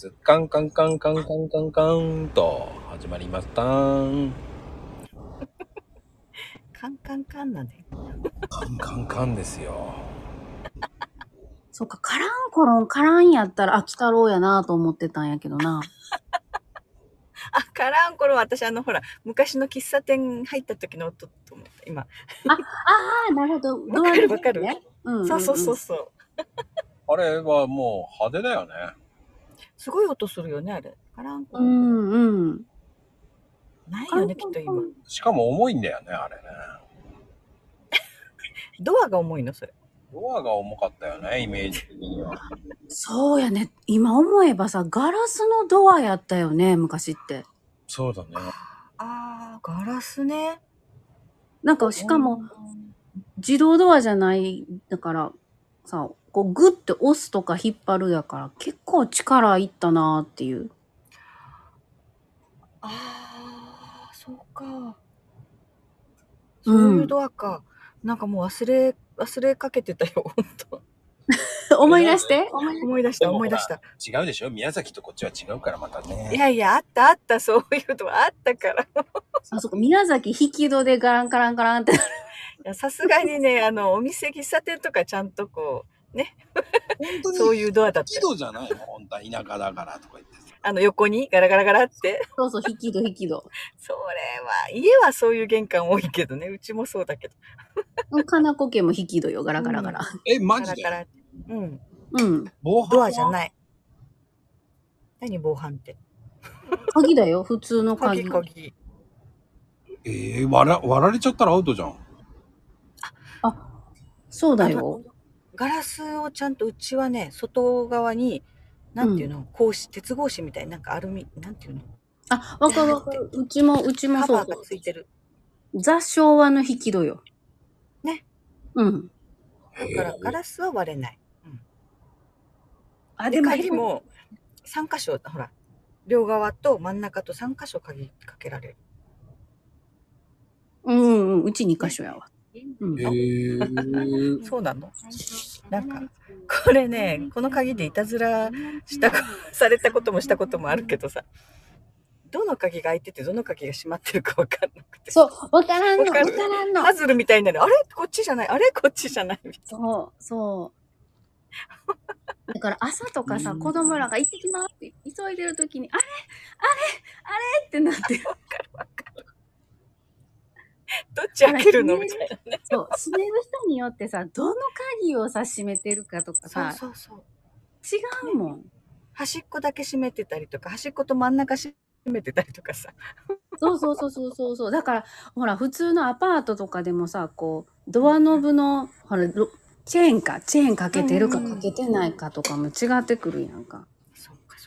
ずカンカンカンカンカンカンカンと始まりました。 カンカンカンなんで。 カンカンカンですよ。 そっか、カランコロン、カランやったら、秋太郎やなと思ってたんやけどな。 あ、カランコロン、私ほら、昔の喫茶店入った時の音と思った、今。 なるほど。 わかるわかる。そうそうそうそう。 あれはもう派手だよね。 すごい音するよね、あれ。カランコロン。 うんうん。 ないよね、きっと今。 しかも重いんだよね、あれね。 ドアが重いの、それ。 ドアが重かったよね、イメージ的には。 そうやね。今思えばさ、ガラスのドアやったよね、昔って。 そうだね。 あー、ガラスね。 なんか、しかも、自動ドアじゃない、だからさ、こうグッて押すとか引っ張るやから、結構力いったなーっていう。 あー、そうか。そういうドアか。なんかもう忘れかけてたよ、ほんと。 思い出して思い出した。 違うでしょ、宮崎とこっちは違うからまたね。 いやいや、あった、そういうのあったから。 あ、そこ、宮崎引き戸でガランカランカランって。 さすがにね、お店、喫茶店とかちゃんとこう、ね。 本当にそういうドアだった。 引き戸じゃないの、本当は田舎だからとか言って。 横にガラガラガラって。 そうそう、引き戸。 それは、家はそういう玄関多いけどね、うちもそうだけど。 かなこ家も引き戸よ、ガラガラガラ。 マジで？ ガラガラ。うん。 防犯ドアじゃない。何防犯って。 鍵だよ、普通の鍵。 鍵。 割られちゃったらアウトじゃん。 あ、そうだよ。 ガラスをちゃんとうちはね、外側に、なんていうの、鉄格子みたいな、なんかアルミ、なんていうの。 あ、わかる。うちもそう。 カバーがついてる。 ザ昭和の引き戸よ。 ね。 うん。 だからガラスは割れない。 でも鍵も3箇所、ほら、両側と真ん中と3箇所鍵かけられる。 うち2箇所やわ。 そうなの？なんか、これね、この鍵でいたずらされたこともしたこともあるけどさ、どの鍵が開いててどの鍵が閉まってるか分かんなくて。 そう、分からんの。 パズルみたいになる。あれこっちじゃない。あれこっちじゃない。 そう。だから朝とかさ、子供らが行ってきますって急いでるときに、あれってなって。 わかる。どっち開けるのみたいなね。 そう、閉める人によってさ、どの鍵をさ、閉めてるかとかさ、 そう。 違うもん。 端っこだけ閉めてたりとか、端っこと真ん中閉めてたりとかさ。 そう。だから、ほら、普通のアパートとかでもさ、こう、ドアノブの、ほら、チェーンかけてるかかけてないかとかも違ってくるやんか。 そうか。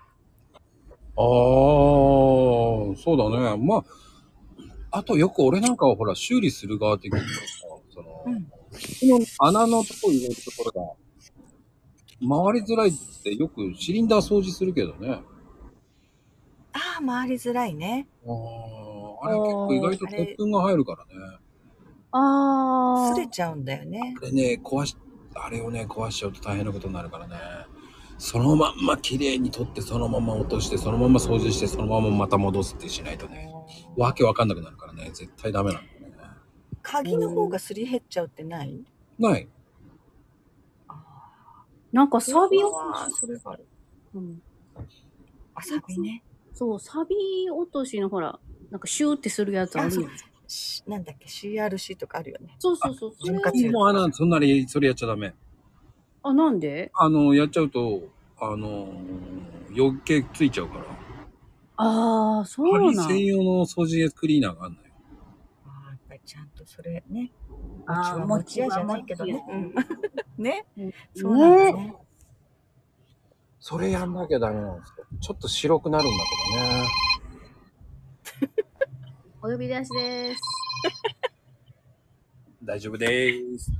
そうだね。まあ、あとよく俺なんかはほら、修理する側的にはさ、穴のとこ入れるところが、回りづらいってよくシリンダー掃除するけどね。 回りづらいね。 あれ結構意外と鉄粉が入るからね。 擦れちゃうんだよね。 あれね、あれをね、壊しちゃうと大変なことになるからね。そのまんま綺麗に取って、そのまま落として、そのまま掃除して、そのまままた戻すってしないとね、わけわかんなくなるからね、絶対ダメなんだよね。 鍵の方がすり減っちゃうってない？ ない。 なんかサビそれがある。サビね。 そう、サビ落としのほら、なんかシューってするやつあるよ。 なんだっけ、CRC とかあるよね。 そう。 潤滑油。もうそれやっちゃダメ。 なんで？ やっちゃうと、余計ついちゃうから。 そうなん。 針専用の掃除クリーナーがあるのよ。 やっぱりちゃんとそれね。持ち屋じゃないけどね。ね。そうなんですね。 それやんなきゃダメなんですよ。ちょっと白くなるんだけどね。 お呼び出しです。 大丈夫でーす。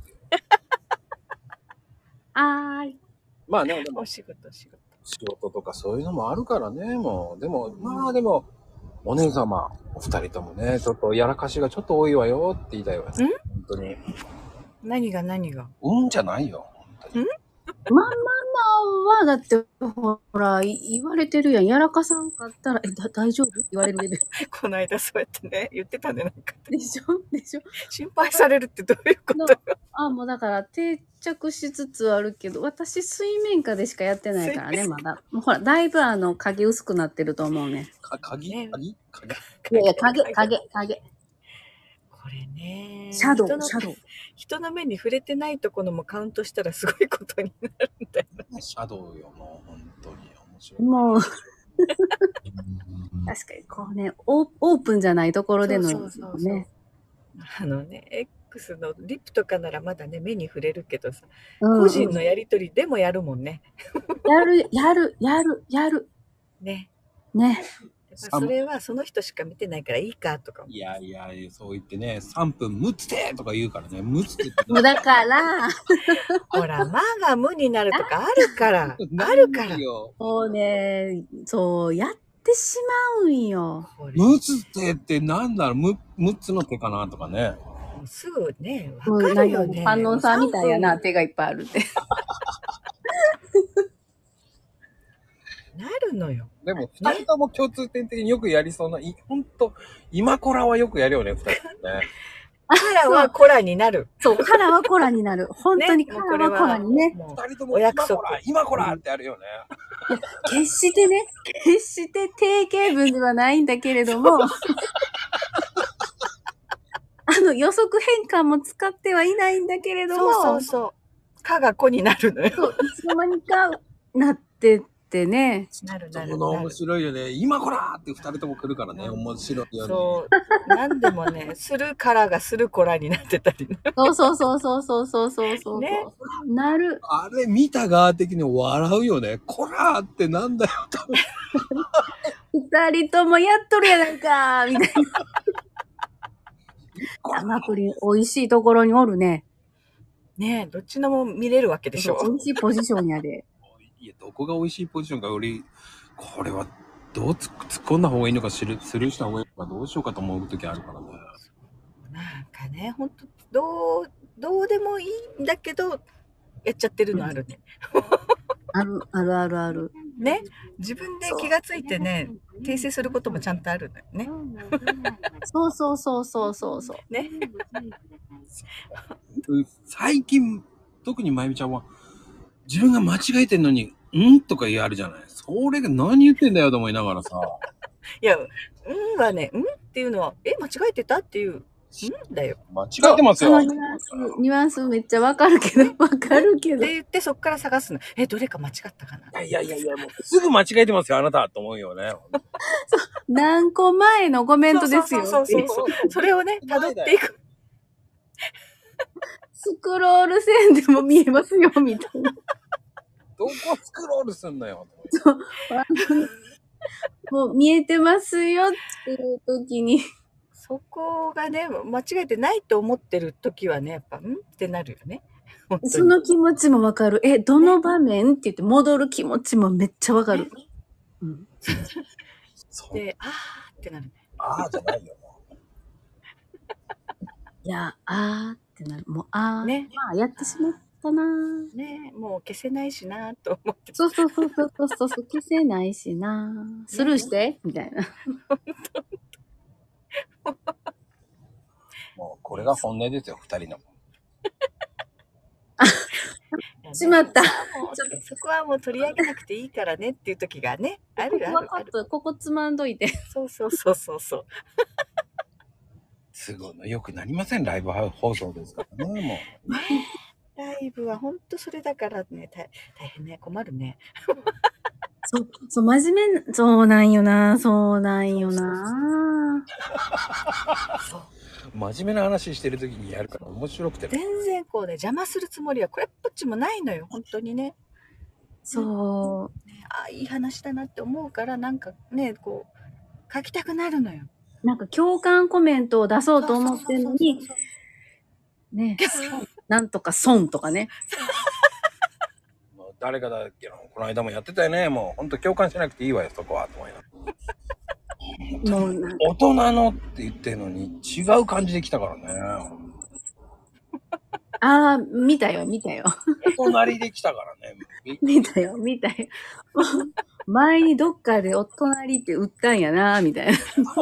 まあね、でも仕事とかそういうのもあるからね、もう。でも、お姉様、お二人ともね、ちょっとやらかしがちょっと多いわよって言いたいわね。本当に。 何がうんじゃないよ。 まあ、 は、だって、ほら、言われてるやん。やらかさんかったら、大丈夫言われるレベル。 この間そうやってね、言ってたね、なんか。 でしょでしょ心配されるってどういうことよ。 もうだから定着しつつあるけど、私水面下でしかやってないからね、まだ。もうほら、だいぶ影薄くなってると思うね。 鍵。 いやいや、影。 これね。 シャドウ。 人の目に触れてないところもカウントしたらすごいことになるんだよ。 シャドウよ、もう本当に面白い。 もう、確かにこうね、オープンじゃないところでのね。 X のリップとかならまだね、目に触れるけどさ、個人のやりとりでもやるもんね。 やる。 ね。 それはその人しか見てないからいいかとか。 いや、そう言ってね、3分無つてとか言うからね、無つてって。 もうだから、 ほら、間が無になるとかあるから。あるから。 もうね、そう、やってしまうんよ。 無つてってなんだろう、6つの手かなとかね。 すぐね、わかるよね。 観音さんみたいやな、手がいっぱいあるって。 なるのよ。 でも、2人とも共通点的によくやりそうな、ほんと、今コラはよくやるよね、2人ね。 カラはコラになる。 そう、カラはコラになる。本当にカラはコラにね。 2人ともお約束。今コラってあるよね。 決して定型文ではないんだけれども、予測変換も使ってはいないんだけれども、 そう。かが子になるのよ。 そう、いつの間にかなってってね。 なる。 その面白いよね。今コラって2人とも来るからね、面白いよね。 そう。なんでもね、するからがするコラになってたりね。 そう。ね。なる。 あれ見た側的に笑うよね。コラってなんだよ、多分。 2人ともやっとるやないかみたいな。生クリーム美味しいところにおるね。 ねえ、どっちのも見れるわけでしょ。 美味しいポジションやで。 いや、どこが美味しいポジションかより、これはどう突っ込んだ方がいいのかスルーした方がいいのかどうしようかと思う時あるからね。 なんかね、ほんと、どうでもいいんだけど、やっちゃってるのあるね。 ある。 ね、自分で気がついてね、訂正することもちゃんとあるのよね。 そう。 ね。 最近、特にまゆみちゃんは、自分が間違えてんのに、んとか言あるじゃない。それが何言ってんだよと思いながらさ。 いや、はね、っていうのは、間違えてたっていう、だよ。 間違えてますよ。 ニュアンスめっちゃわかるけど。って言ってそっから探すの。どれか間違ったかな。 いや、もうすぐ間違えてますよ、あなたと思うよね。 何個前のコメントですよ。 そう。それをね、辿っていく。 スクロール線でも見えますよ、みたいな。 どこスクロールすんのよ。 そう。もう見えてますよっていう時に。 そこがね、間違えてないと思ってる時はね、やっぱ、ってなるよね。 その気持ちもわかる。どの場面って言って戻る気持ちもめっちゃわかる。 で、ってなるね。 じゃないよ。 いや、ってなる。もう、 ね。 まあ、やってしまったなね、もう消せないしなと思って。 そう、消せないしなスルーしてみたいな。 もう、これが本音ですよ、二人の。 しまった。 そこはもう取り上げなくていいからねっていう時がね、ある。 ここつまんどいて。 そう。 都合のよくなりません、ライブ放送ですからね、もう。 ライブはほんとそれだからね、大変ね、困るね。 そう、真面目、そうなんよな。 そう。 真面目な話してる時にやるから面白くて。 全然こうね、邪魔するつもりはこれっぽっちもないのよ、本当にね。 そう。 いい話だなって思うから、なんかね、こう、書きたくなるのよ。 なんか共感コメントを出そうと思ってるのに、ね、なんとか損とかね。 もう誰かだっけな、この間もやってたよね。もう本当共感しなくていいわよ、そこはと思いながら。大人のって言ってるのに違う感じで来たからね。 ああ、見たよ、見たよ。 お隣で来たからね。 見たよ、見たよ。前にどっかでお隣って売ったんやな、みたいな。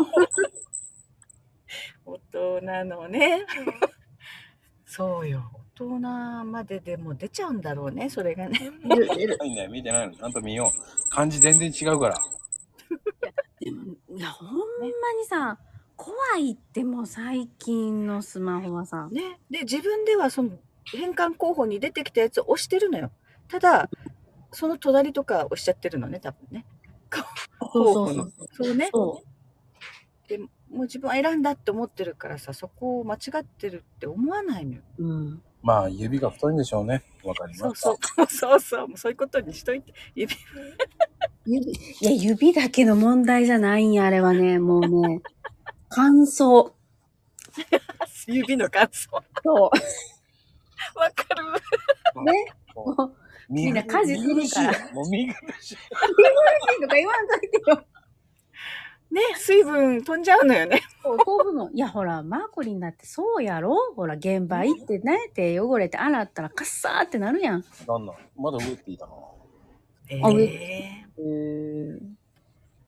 大人のね。そうよ。大人まででも出ちゃうんだろうね、それがね。 出る出る。 見てないね、見てないの。ちゃんと見よう。漢字全然違うから。 でも、いや、ほんまにさ、怖いってもう最近のスマホはさ。 ね。で、自分ではその変換候補に出てきたやつを押してるのよ。ただ、その隣とか押しちゃってるのね、多分ね。 そうそうそう。 そうね。 そでもう自分は選んだって思ってるからさ、そこを間違ってるって思わないのよ。 う。うん。 まあ、指が太いんでしょうね。わかります。 そうそう。そうそう。もうそういうことにしといて。 いや、指だけの問題じゃないんや、あれはね。もうね、乾燥。 指の感想。 そわかる。 う。ね。もうみんな家事するから。 もう見苦しい。 とか言わんといてよ。 ね、水分飛んじゃうのよね。 そう飛ぶの。いや、ほら、マーコリンだってそうやろ？ほら、現場行ってね、手汚れて洗ったらカッサーってなるやん。 なんなんまだ上っていたの？ あ上え